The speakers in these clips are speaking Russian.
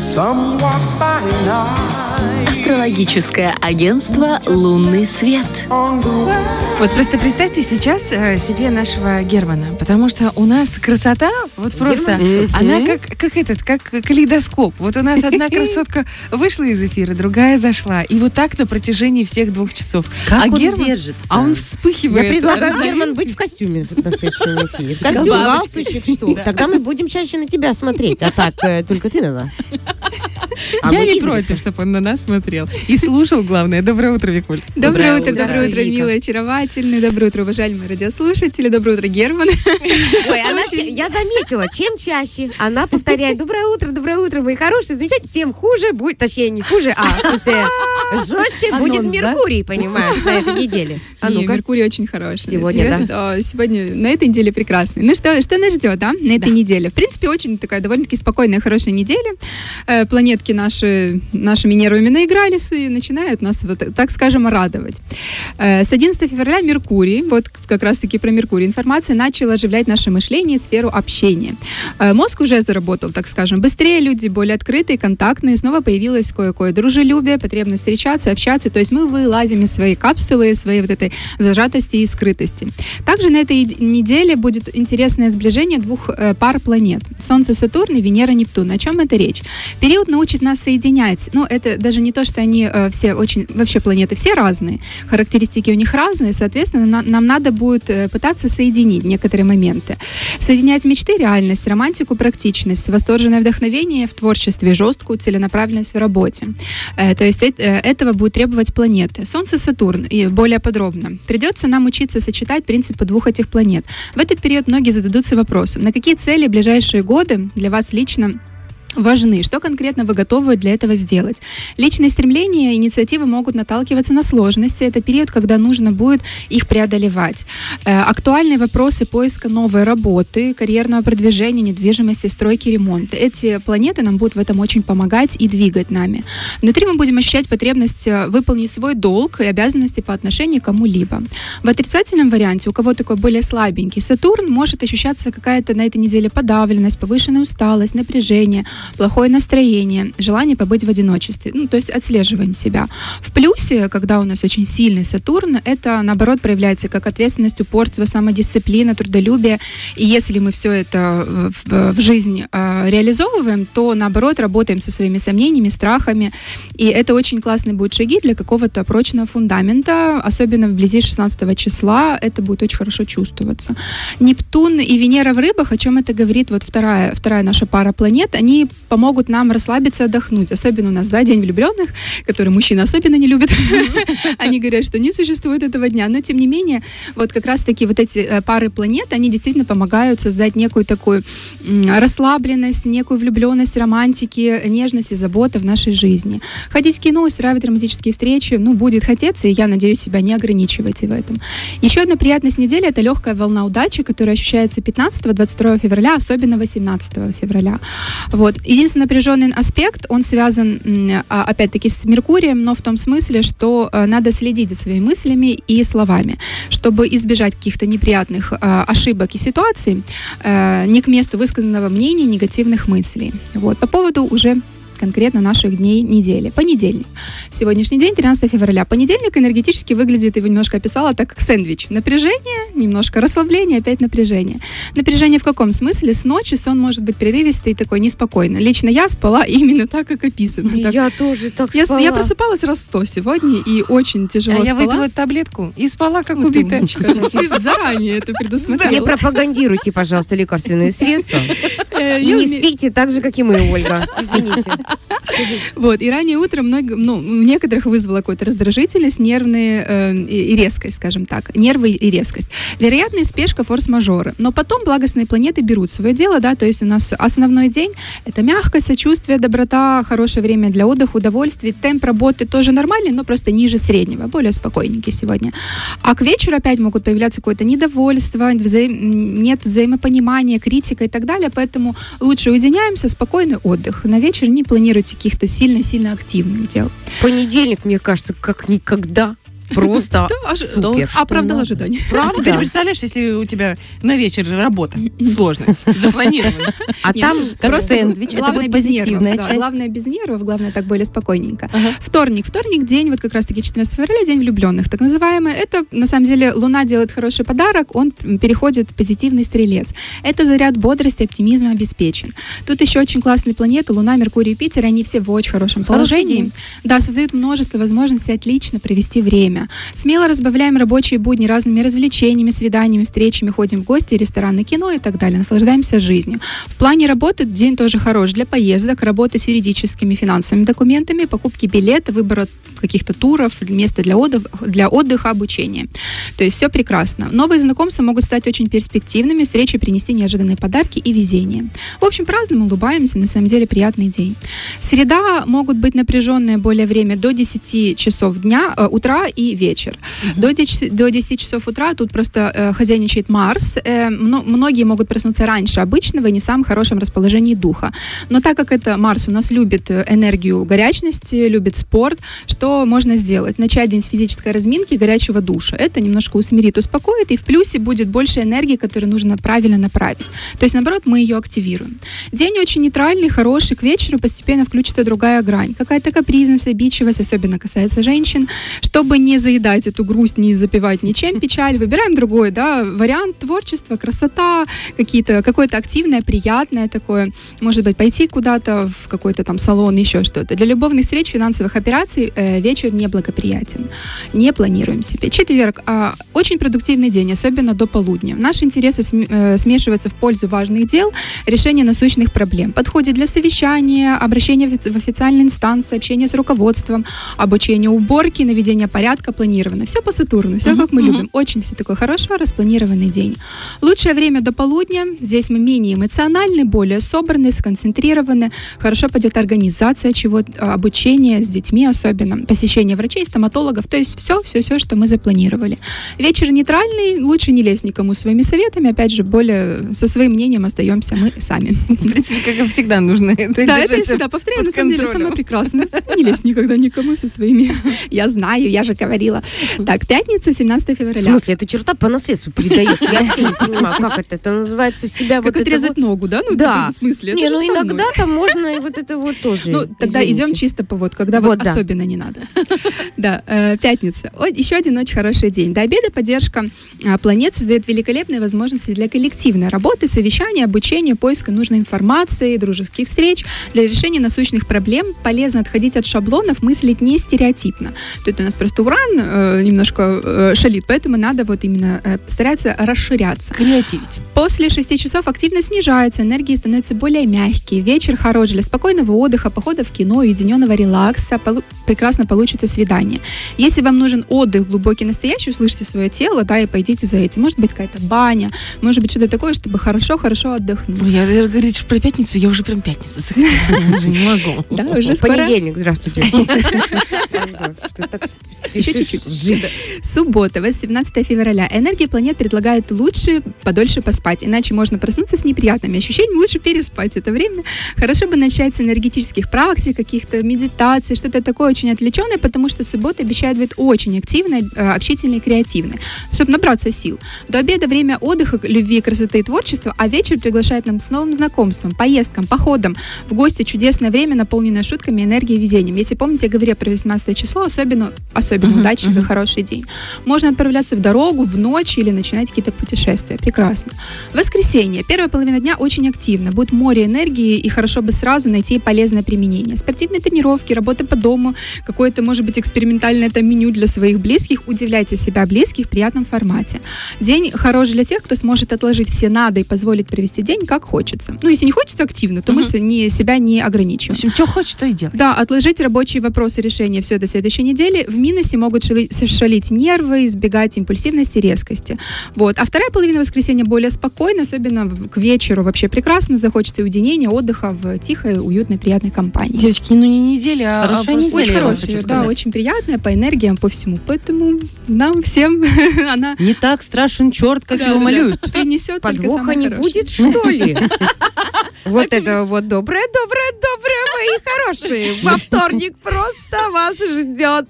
Астрологическое агентство «Лунный свет». Вот просто представьте сейчас себе нашего Германа, потому что у нас красота, вот просто, она как калейдоскоп. Вот у нас одна красотка вышла из эфира, другая зашла. И вот так на протяжении всех 2 часов. Как он держится? А он вспыхивает. Я предлагаю, Герман, быть в костюме на следующем эфире. Костюм, галстучек, что? Тогда мы будем чаще на тебя смотреть, а так только ты на нас. Я не против, чтобы он на нас смотрел. И слушал, главное. Доброе утро, Викуль. Доброе утро, милые, очаровательные. Доброе утро, уважаемые радиослушатели. Доброе утро, Герман. Ой, я заметила, чем чаще она повторяет доброе утро, мои хорошие, замечательные, тем хуже будет, точнее, не хуже, жестче будет Меркурий, понимаешь, на этой неделе. Меркурий очень хороший. Сегодня, да? Сегодня, на этой неделе прекрасный. Ну что нас ждет, да, на этой неделе? В принципе, очень такая довольно-таки спокойная, хорошая неделя. Планетки нашими нервами наигрались и начинают нас, вот, так скажем, радовать. С 11 февраля Меркурий, вот как раз-таки про Меркурий информация, начала оживлять наше мышление и сферу общения. Мозг уже заработал, так скажем, быстрее, люди более открытые, контактные, снова появилось кое-кое дружелюбие, потребность встречаться, общаться, то есть мы вылазим из своей капсулы, из своей вот этой зажатости и скрытости. Также на этой неделе будет интересное сближение 2 пар планет. Солнце, Сатурн и Венера, Нептун. О чем это речь? Период научит нас соединять. Ну, это даже не то, что они все очень... Вообще планеты все разные. Характеристики у них разные. Соответственно, нам надо будет пытаться соединить некоторые моменты. Соединять мечты, реальность, романтику, практичность, восторженное вдохновение в творчестве, жесткую целенаправленность в работе. То есть этого будет требовать планеты. Солнце, Сатурн. И более подробно. Придется нам учиться сочетать принципы 2 этих планет. В этот период многие зададутся вопросом, на какие цели в ближайшие годы для вас лично важны, что конкретно вы готовы для этого сделать. Личные стремления и инициативы могут наталкиваться на сложности. Это период, когда нужно будет их преодолевать. Актуальные вопросы поиска новой работы, карьерного продвижения, недвижимости, стройки, ремонта. Эти планеты нам будут в этом очень помогать и двигать нами. Внутри мы будем ощущать потребность выполнить свой долг и обязанности по отношению к кому-либо. В отрицательном варианте, у кого такой более слабенький Сатурн, может ощущаться какая-то на этой неделе подавленность, повышенная усталость, напряжение, плохое настроение, желание побыть в одиночестве. Ну, то есть отслеживаем себя. В плюсе, когда у нас очень сильный Сатурн, это, наоборот, проявляется как ответственность, упорство, самодисциплина, трудолюбие. И если мы все это в жизнь реализовываем, то, наоборот, работаем со своими сомнениями, страхами. И это очень классные будут шаги для какого-то прочного фундамента, особенно вблизи 16 числа. Это будет очень хорошо чувствоваться. Нептун и Венера в рыбах, о чем это говорит вот вторая наша пара планет, они помогут нам расслабиться, отдохнуть. Особенно у нас, да, День влюбленных, который мужчины особенно не любят. Они говорят, что не существует этого дня. Но, тем не менее, вот как раз-таки вот эти пары планет, они действительно помогают создать некую такую расслабленность, некую влюбленность, романтики, нежность и заботу в нашей жизни. Ходить в кино, устраивать романтические встречи, будет хотеться, и я надеюсь, себя не ограничивайте в этом. Еще одна приятность недели — это легкая волна удачи, которая ощущается 15-22 февраля, особенно 18 февраля. Вот. Единственный напряженный аспект, он связан, опять-таки, с Меркурием, но в том смысле, что надо следить за своими мыслями и словами, чтобы избежать каких-то неприятных ошибок и ситуаций, не к месту высказанного мнения, негативных мыслей. Вот. По поводу уже конкретно наших дней недели. Понедельник. Сегодняшний день, 13 февраля. Понедельник энергетически выглядит, его немножко описала, так как сэндвич. Напряжение, немножко расслабление, опять напряжение. Напряжение в каком смысле? С ночи сон может быть прерывистый и такой неспокойный. Лично я спала именно так, как описано. Я тоже так спала. Я просыпалась раз 100 сегодня и очень тяжело спала. Я выпила таблетку и спала, как убитая. Ты заранее это предусмотрела. Не пропагандируйте, пожалуйста, лекарственные средства. И не спите так же, как и мы, Ольга. Извините. Вот, и ранее утром у некоторых вызвала какую-то раздражительность, нервные и резкость, скажем так. Нервы и резкость. Вероятная спешка, форс-мажоры. Но потом благостные планеты берут свое дело, да, то есть у нас основной день — это мягкость, сочувствие, доброта, хорошее время для отдыха, удовольствий. Темп работы тоже нормальный, но просто ниже среднего, более спокойненький сегодня. А к вечеру опять могут появляться какое-то недовольство, нет взаимопонимания, критика и так далее, поэтому лучше уединяемся, спокойный отдых. На вечер не планируйте каких-то сильно-сильно активных дел. Понедельник, мне кажется, как никогда просто супер. Оправдал ожидания. А теперь представляешь, если у тебя на вечер работа сложная, запланирована. А там как сэндвич, это вот позитивная часть. Главное без нервов, главное так более спокойненько. Вторник день, вот как раз-таки 14 февраля, день влюбленных, так называемый. Это, на самом деле, Луна делает хороший подарок, он переходит в позитивный стрелец. Это заряд бодрости, оптимизма обеспечен. Тут еще очень классные планеты, Луна, Меркурий, Юпитер, они все в очень хорошем положении. Да, создают множество возможностей отлично провести время. Смело разбавляем рабочие будни разными развлечениями, свиданиями, встречами, ходим в гости, рестораны, кино и так далее. Наслаждаемся жизнью. В плане работы день тоже хорош для поездок, работы с юридическими, финансовыми документами, покупки билета, выбора каких-то туров, места для отдыха, обучения. То есть все прекрасно. Новые знакомства могут стать очень перспективными, встречи принести неожиданные подарки и везение. В общем, празднуем, улыбаемся, на самом деле приятный день. Среда могут быть напряженное более время до 10 часов утра и вечер. До 10 часов утра тут просто хозяйничает Марс. Многие могут проснуться раньше обычного и не в самом хорошем расположении духа. Но так как это Марс у нас любит энергию горячности, любит спорт, что можно сделать? Начать день с физической разминки, горячего душа. Это немножко усмирит, успокоит, и в плюсе будет больше энергии, которую нужно правильно направить. То есть, наоборот, мы ее активируем. День очень нейтральный, хороший, к вечеру постепенно включится другая грань. Какая-то капризность, обидчивость, особенно касается женщин. Чтобы не заедать эту грусть, не запивать ничем печаль, выбираем другой, вариант творчества, красота, какое-то активное, приятное такое. Может быть, пойти куда-то в какой-то там салон, еще что-то. Для любовных встреч, финансовых операций вечер неблагоприятен. Не планируем себе. Четверг. Очень продуктивный день, особенно до полудня. Наши интересы смешиваются в пользу важных дел, решения насущных проблем. Подходит для совещания, обращения в официальные инстанции, общения с руководством, обучения уборки, наведения порядка, планировано. Все по Сатурну, все как мы любим. Очень все такой хорошо распланированный день. Лучшее время до полудня. Здесь мы менее эмоциональны, более собраны, сконцентрированы. Хорошо пойдет организация чего-то, обучение с детьми особенно, посещение врачей, стоматологов, то есть все, что мы запланировали. Вечер нейтральный, лучше не лезть никому своими советами, опять же, более со своим мнением остаемся мы сами. В принципе, как и всегда нужно это да, это я всегда повторяю, на самом деле самое прекрасное. Не лезь никогда никому со своими. Я знаю, я же говорила. Так, пятница, 17 февраля. В смысле, эта черта по наследству передается? Я вообще не понимаю, как это называется себя. Как отрезать ногу, да? Да. В смысле? Не, иногда там можно и вот это вот тоже. Ну, тогда идем чисто по когда вот особенно не надо. Да, пятница. Еще один очень хороший день. До обеда поддержка планет создает великолепные возможности для коллективной работы, совещания, обучения, поиска нужной информации, дружеских встреч. Для решения насущных проблем полезно отходить от шаблонов, мыслить не стереотипно. Тут у нас просто Уран немножко шалит, поэтому надо вот именно стараться расширяться. Креативить. После 6 часов активность снижается, энергии становятся более мягкие. Вечер хорош для спокойного отдыха, похода в кино, уединенного релакса. Прекрасно получится свидание. Если вам нужен отдых глубокий, настоящий, услышьте свое тело, и пойдите за этим. Может быть, какая-то баня, может быть, что-то такое, чтобы хорошо отдохнуть. Я говорить про пятницу, я уже прям пятницу захотела. Я уже не могу. Да, уже скоро. Понедельник, здравствуйте. Что так спешишь жить? Суббота, 18 февраля. Энергия планет предлагает лучше подольше поспать, иначе можно проснуться с неприятными ощущениями, лучше переспать это время. Хорошо бы начать с энергетических практик, каких-то медитаций, что-то такое очень отвлеченное, потому что суббота обещает быть очень активной, общительной и креативной, чтобы набраться сил. До обеда время отдыха, любви, красоты и творчества, а вечер приглашает нам с новым знакомством, поездкам, походам в гости. Чудесное время, наполненное шутками, энергией и везением. Если помните, я говорила про 18 число, особенно удачный и хороший день. Можно отправляться в дорогу, в ночь или начинать какие-то путешествия. Прекрасно. Воскресенье. Первая половина дня очень активна. Будет море энергии, и хорошо бы сразу найти полезное применение. Спортивные тренировки, работа по дому, какое-то, может быть, экспериментальное меню для своих близких. Удивляйте себя, близких, в приятном формате. День хорош для тех, кто сможет отложить все надо и позволить провести день как хочется. Ну, если не хочется активно, то мы себя не ограничиваем. В общем, что хочешь, то и делай. Да, отложить рабочие вопросы, решения все до следующей недели. В минусе могут шалить нервы, избегать импульсивности, резкости. Вот. А вторая половина воскресенья более спокойна, особенно к вечеру вообще прекрасно. Захочется уединения, отдыха в тихой, уютной, приятной компании. Девочки, не неделя, хорошая неделя. Очень хорошая, да, очень приятная по энергиям, по всему. Поэтому нам всем она... Не так страшен черт, как его малюют. Принесет подвоха не будет, что ли? Вот это вот доброе, мои хорошие. Во вторник просто вас ждет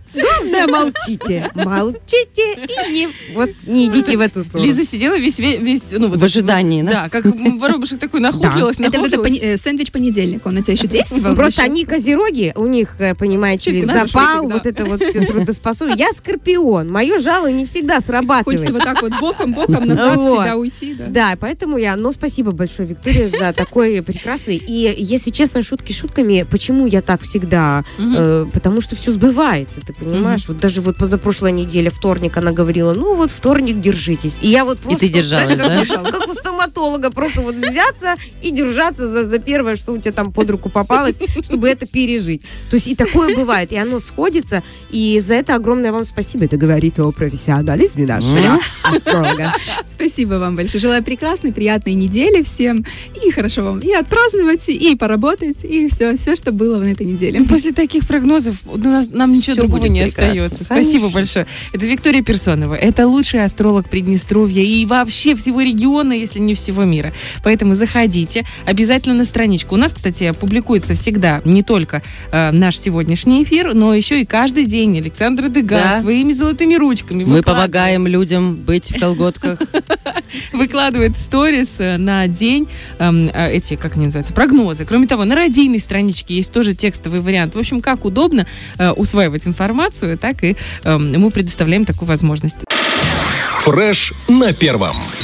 Главное, молчите. Молчите и не идите в эту сторону. Лиза сидела весь в ожидании, да? Да, как воробушек такой нахохлилась. Это сэндвич понедельник, он на тебя еще действовал? Просто они козероги, у них, понимаете, запал, вот это вот все трудоспособие. Я скорпион, мое жало не всегда срабатывает. Хочется вот так вот боком назад всегда уйти, да? Да, поэтому спасибо большое, Виктория, за такой прекрасный. И, если честно, шутки шутками, почему я так всегда? Потому что все сбывается, ты понимаешь? Вот даже позапрошлой неделе, вторник, она говорила, вторник, держитесь. И я просто... И ты держалась, да? Как у стоматолога, просто взяться и держаться за первое, что у тебя там под руку попалось, чтобы это пережить. То есть и такое бывает, и оно сходится, и за это огромное вам спасибо. Это говорит о профессионализме нашего астролога. Спасибо вам большое. Желаю прекрасной, приятной недели всем. И хорошо вам и отпраздновать, и поработать, и все, что было на этой неделе. После таких прогнозов нам ничего другого не остается. Спасибо большое. Это Виктория Персонова. Это лучший астролог Приднестровья и вообще всего региона, если не всего мира. Поэтому заходите обязательно на страничку. У нас, кстати, публикуется всегда не только наш сегодняшний эфир, но еще и каждый день Александра Дега своими золотыми ручками мы помогаем людям быть в колготках. Выкладывает в сторис на день эти, как они называются, прогнозы. Кроме того, на радийной страничке есть тоже текстовый вариант. В общем, как удобно усваивать информацию, так и мы предоставляем такую возможность. Фреш на первом.